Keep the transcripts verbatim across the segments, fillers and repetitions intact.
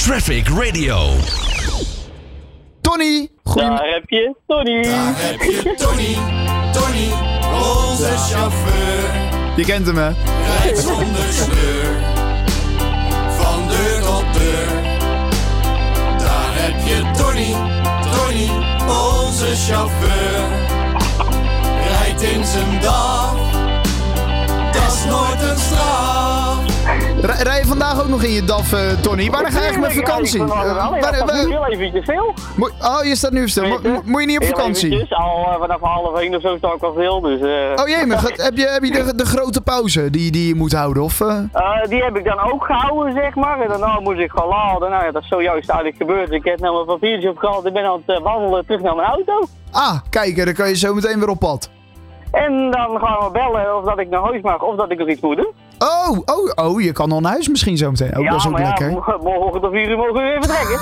Traffic Radio. Tony! Goeie... Daar heb je Tony. Daar heb je Tony. Tony, onze chauffeur. Je kent hem, hè? Rijdt zonder sleur. Van deur tot deur. Daar heb je Tony. Tony, onze chauffeur. Rijdt in zijn dag. Dat is nooit een straf. R- rij je vandaag ook nog in je D A F, uh, Tony? Wanneer ga je eigenlijk met vakantie? Ik ben Uh, al, waar- ja, dat waar- is heel eventjes veel. Mo- oh, je staat nu stil. Mo- mo- moet je niet op Heel vakantie? eventjes, al uh, vanaf half één of zo sta ik al veel, dus... Uh... Oh jee, maar ga- heb je, heb je de, de grote pauze die, die je moet houden? Of, uh... Uh, die heb ik dan ook gehouden, zeg maar. En daarna moest ik gaan laden. Nou ja, dat is zojuist eigenlijk gebeurd. Ik heb nou mijn papiertje opgehaald. Ik ben aan het uh, wandelen terug naar mijn auto. Ah, kijk, dan kan je zo meteen weer op pad. En dan gaan we bellen of dat ik naar huis mag of dat ik nog iets moet doen. Oh, oh, oh, je kan al naar huis misschien zo meteen. Oh, ja, dat is ook maar lekker. ja, m- morgenochtend om vier uur mogen we weer vertrekken.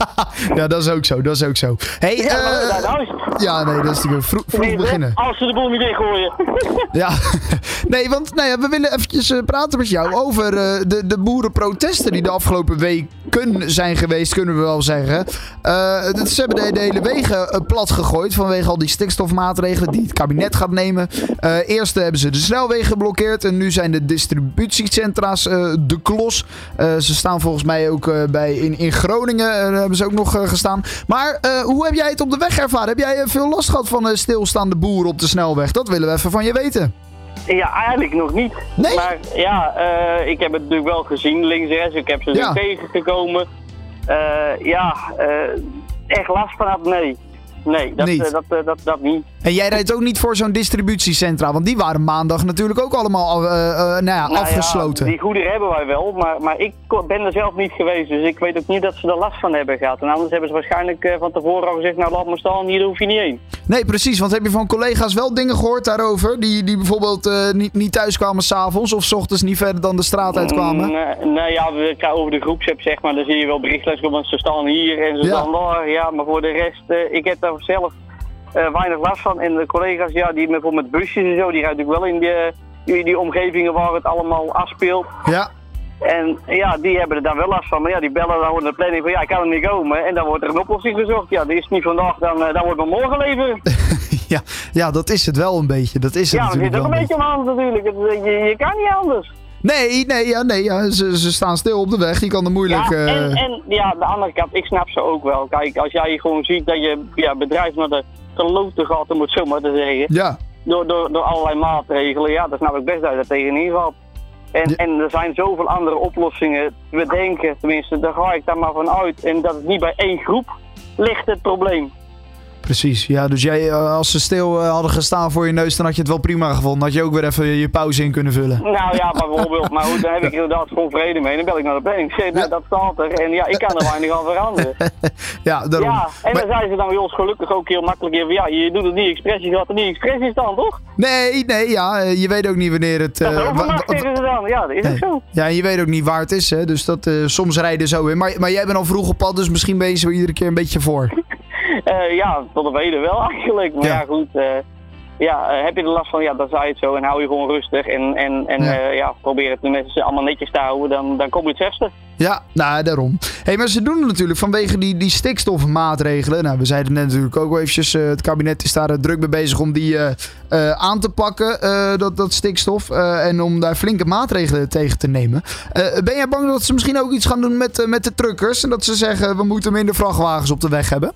Ja, dat is ook zo, dat is ook zo. Hey, Ja, maar we eh, naar huis. ja, nee, dat is natuurlijk vroeg, vroeg Tenminste, beginnen. als ze de boel niet dichtgooien. Ja, nee, want nou ja, we willen eventjes uh, praten met jou over uh, de, de boerenprotesten die de afgelopen weken zijn geweest, kunnen we wel zeggen. Uh, dat- ze hebben de, de hele wegen uh, plat gegooid vanwege al die stikstofmaatregelen die het kabinet gaat nemen. Uh, eerst uh, hebben ze de snelwegen geblokkeerd en nu zijn de distributiecentra's uh, de klos. Uh, ze staan volgens mij ook uh, bij in, in Groningen, uh, daar hebben ze ook nog uh, gestaan. Maar uh, hoe heb jij het op de weg ervaren? Heb jij uh, veel last gehad van uh, stilstaande boeren op de snelweg? Dat willen we even van je weten. Ja, eigenlijk nog niet. Nee? Maar ja, uh, ik heb het natuurlijk wel gezien, links en rechts. Ik heb ze Ja. ook tegengekomen. Uh, ja, uh, echt last van had, nee. Nee, dat, Niet. uh, dat, uh, dat, dat niet. En jij rijdt ook niet voor zo'n distributiecentra, want die waren maandag natuurlijk ook allemaal uh, uh, nou ja, Nou afgesloten. Ja, die goederen hebben wij wel, maar, maar ik ko- ben er zelf niet geweest. Dus ik weet ook niet dat ze er last van hebben gehad. En anders hebben ze waarschijnlijk uh, van tevoren al gezegd, nou laat maar staan, hier hoef je niet heen. Nee, precies, want heb je van collega's wel dingen gehoord daarover? Die, die bijvoorbeeld uh, niet, niet thuis kwamen s'avonds of 's ochtends niet verder dan de straat uitkwamen? Mm, nee, nee, ja, we, over de groepsapp zeg maar, dan zie je wel berichtjes komen, want ze staan hier en ze Ja. staan daar. Ja, maar voor de rest, uh, ik heb daar zelf uh, weinig last van. En de collega's, ja, die bijvoorbeeld met busjes en zo, die rijden natuurlijk wel in die, die, die omgevingen waar het allemaal afspeelt. Ja. En ja, die hebben er dan wel last van. Maar ja, die bellen dan gewoon de planning van ja, ik kan er niet komen. En dan wordt er een oplossing gezocht. Ja, die is niet vandaag, dan, uh, dan wordt het morgen leveren. ja, ja, dat is het wel een beetje. Dat is het Ja, er natuurlijk zit ook wel een beetje aan de hand natuurlijk. Het, je, je kan niet anders. Nee, nee, ja, nee ja, ze, ze staan stil op de weg. Je kan er moeilijk... Ja, uh, en, en ja, de andere kant, ik snap ze ook wel. Kijk, als jij gewoon ziet dat je ja, bedrijf naar de geloofde gaat, om het zo maar te zeggen. Ja, Door, door, door allerlei maatregelen, ja, dan snap ik best dat je daar tegenin gaat. En, Ja. en er zijn zoveel andere oplossingen te bedenken, tenminste, daar ga ik daar maar van uit. En dat het niet bij één groep ligt het probleem. precies. Ja, dus jij, uh, als ze stil uh, hadden gestaan voor je neus, dan had je het wel prima gevonden. Had je ook weer even je pauze in kunnen vullen. Nou ja, bijvoorbeeld, maar goed, dan heb ik inderdaad gewoon vrede mee. Dan bel ik naar de planning. Ik zeg, nou, dat staat er. En ja, ik kan er weinig aan veranderen. Ja, daarom. Ja, en Maar- dan zijn ze dan bij ons gelukkig ook heel makkelijk in van ja, je doet het niet expres, je gaat er niet expres in staan, toch? Nee, nee, ja, uh, je weet ook niet wanneer het... Dat is uh, wa- overmacht wa- tegen ze dan. Ja, dat is ook zo. Ja, en je weet ook niet waar het is, hè. Dus dat, uh, soms rijden zo in. Maar, maar jij bent al vroeg op pad, dus misschien ben je zo iedere keer een beetje voor. Uh, ja, tot op heden wel eigenlijk. Maar Ja. ja, goed. uh, ja, uh, heb je er last van, ja, dan zei het zo en hou je gewoon rustig. En, en, en Ja. ja. Uh, ja, probeer het de mensen allemaal netjes te houden, dan, dan kom je het verste. Ja, nou, daarom. Hey, maar ze doen het natuurlijk vanwege die, die stikstofmaatregelen. Nou, we zeiden net natuurlijk ook wel eventjes, uh, het kabinet is daar uh, druk mee bezig om die uh, uh, aan te pakken, uh, dat, dat stikstof. Uh, en om daar flinke maatregelen tegen te nemen. Uh, ben jij bang dat ze misschien ook iets gaan doen met, uh, met de truckers? En dat ze zeggen, we moeten minder vrachtwagens op de weg hebben?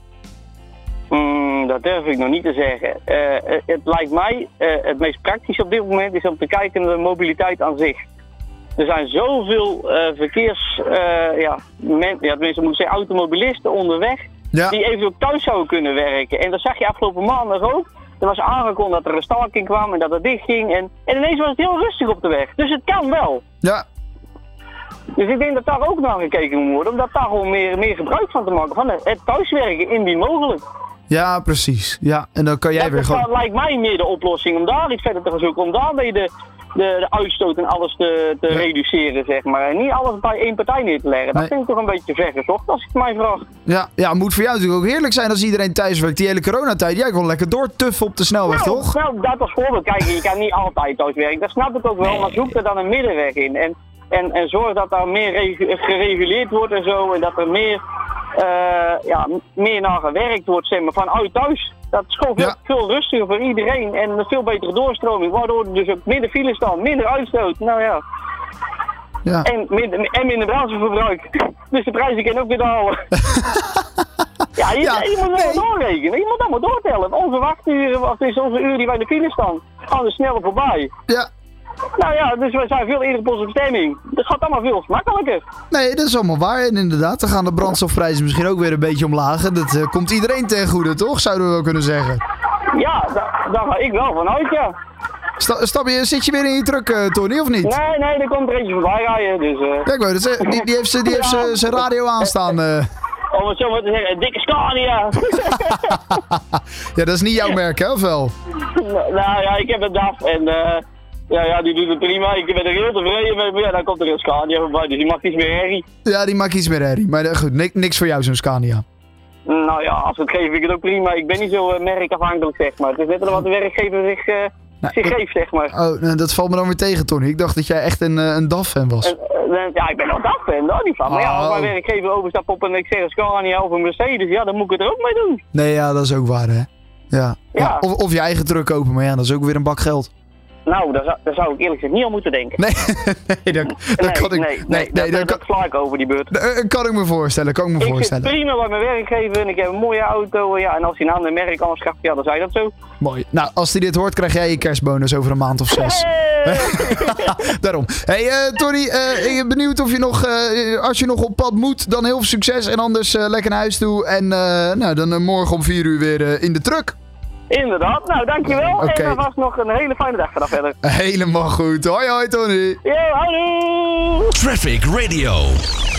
Mm, dat durf ik nog niet te zeggen. Uh, het lijkt mij, uh, het meest praktisch op dit moment is om te kijken naar de mobiliteit aan zich. Er zijn zoveel uh, verkeers, uh, ja, men, ja, tenminste moet ik zeggen, automobilisten onderweg, Ja. die even ook thuis zouden kunnen werken. En dat zag je afgelopen maandag ook. Er was aangekondigd dat er een staking kwam en dat het dicht ging. En, en ineens was het heel rustig op de weg. Dus het kan wel. Ja. Dus ik denk dat daar ook naar gekeken moet worden. Om daar gewoon meer, meer gebruik van te maken. Van het thuiswerken indien mogelijk. Ja, precies. Ja, en dan kan jij dat weer is, gewoon... dat lijkt mij meer de oplossing. Om daar iets verder te gaan zoeken. Om daarmee de, de, de uitstoot en alles te, te Ja. reduceren, zeg maar. En niet alles bij één partij neer te leggen. Dat Nee. vind ik toch een beetje vergezocht, als ik het mij vraag. Ja, ja, moet voor jou natuurlijk ook heerlijk zijn als iedereen thuis werkt. Die hele coronatijd, jij kon lekker doortuffen op de snelweg, Nou, toch? nou, dat als voorbeeld. Kijk, je kan niet altijd thuis werken. Dat snap ik ook wel. Maar zoek er dan een middenweg in. En En, en zorg dat daar meer regu- gereguleerd wordt en zo. En dat er meer, uh, ja, meer naar gewerkt wordt, zeg maar, vanuit thuis. Dat is gewoon veel, Ja. veel rustiger voor iedereen en een veel betere doorstroming. Waardoor er dus ook minder files staan, minder uitstoot. Nou ja. Ja. En minder, en minder brandstofverbruik. Dus de prijzen kunnen ook weer dalen. Ja, je, Ja, je moet wel nee. doorrekenen. Je moet allemaal doortellen. Onze wachturen, of is onze uren die bij de file staan, gaan er sneller voorbij. Ja. Nou ja, dus we zijn veel eerder op onze bestemming. Het gaat allemaal veel makkelijker. Nee, dat is allemaal waar. En inderdaad, dan gaan de brandstofprijzen misschien ook weer een beetje omlaag. En dat uh, komt iedereen ten goede, toch? Zouden we wel kunnen zeggen. Ja, da- daar ga ik wel vanuit, ja. Sta, stap je, zit je weer in je truck, uh, Tony, of niet? Nee, nee, er komt er eentje voorbij rijden, dus... Uh, Ja, ik wou dat zeggen. Die, die heeft z'n- die heeft z'n- zijn radio aanstaan. Uh. om het zo maar te zeggen, een dikke Scania. Ja, dat is niet jouw merk, hè, of wel? Nou ja, ik heb een D A F en... Uh, Ja, ja, die doet het prima. Ik ben er heel tevreden mee. Maar ja, dan komt er een Scania voorbij, dus die maakt iets meer herrie. Ja, die maakt iets meer herrie. Maar uh, goed, niks, niks voor jou, zo'n Scania. Nou ja, als het geeft, vind ik het ook prima. Ik ben niet zo uh, merkafhankelijk, zeg maar. Het is net wat de werkgever zich, uh, Nou, zich dat- geeft, zeg maar. Oh, nou, dat valt me dan weer tegen, Tony. Ik dacht dat jij echt een, uh, een D A F-fan was. En, uh, ja, ik ben wel D A F-fan, daar niet van. Maar ja, als Oh. mijn werkgever overstapt op een, ik zeg, een Scania of een Mercedes, ja, dan moet ik het er ook mee doen. Nee, ja, dat is ook waar, hè. Ja. Ja. Of, of je eigen truck kopen, maar ja, dat is ook weer een bak geld. Nou, daar zou, daar zou ik eerlijk gezegd niet aan moeten denken. Nee, nee, dat, dat nee, kan ik... nee, nee, nee, dat, dat dat kan, sla ik over die beurt. dat kan ik me voorstellen, kan ik me Ik zit voorstellen. prima bij mijn werkgever en ik heb een mooie auto. Ja, en als hij een ander merk anders schaft, ja, dan zei dat zo. Mooi. Nou, als hij dit hoort, krijg jij je kerstbonus over een maand of zes. Hey! Daarom. Hey, uh, Tony, uh, ik ben benieuwd of je nog, uh, als je nog op pad moet, dan heel veel succes. En anders uh, lekker naar huis toe. En uh, nou, dan uh, morgen om vier uur weer uh, in de truck. Inderdaad, nou dankjewel. Oké. En dan was nog een hele fijne dag vanaf verder. Helemaal goed. Hoi, hoi, Tony. Yo, houdoe! Traffic Radio.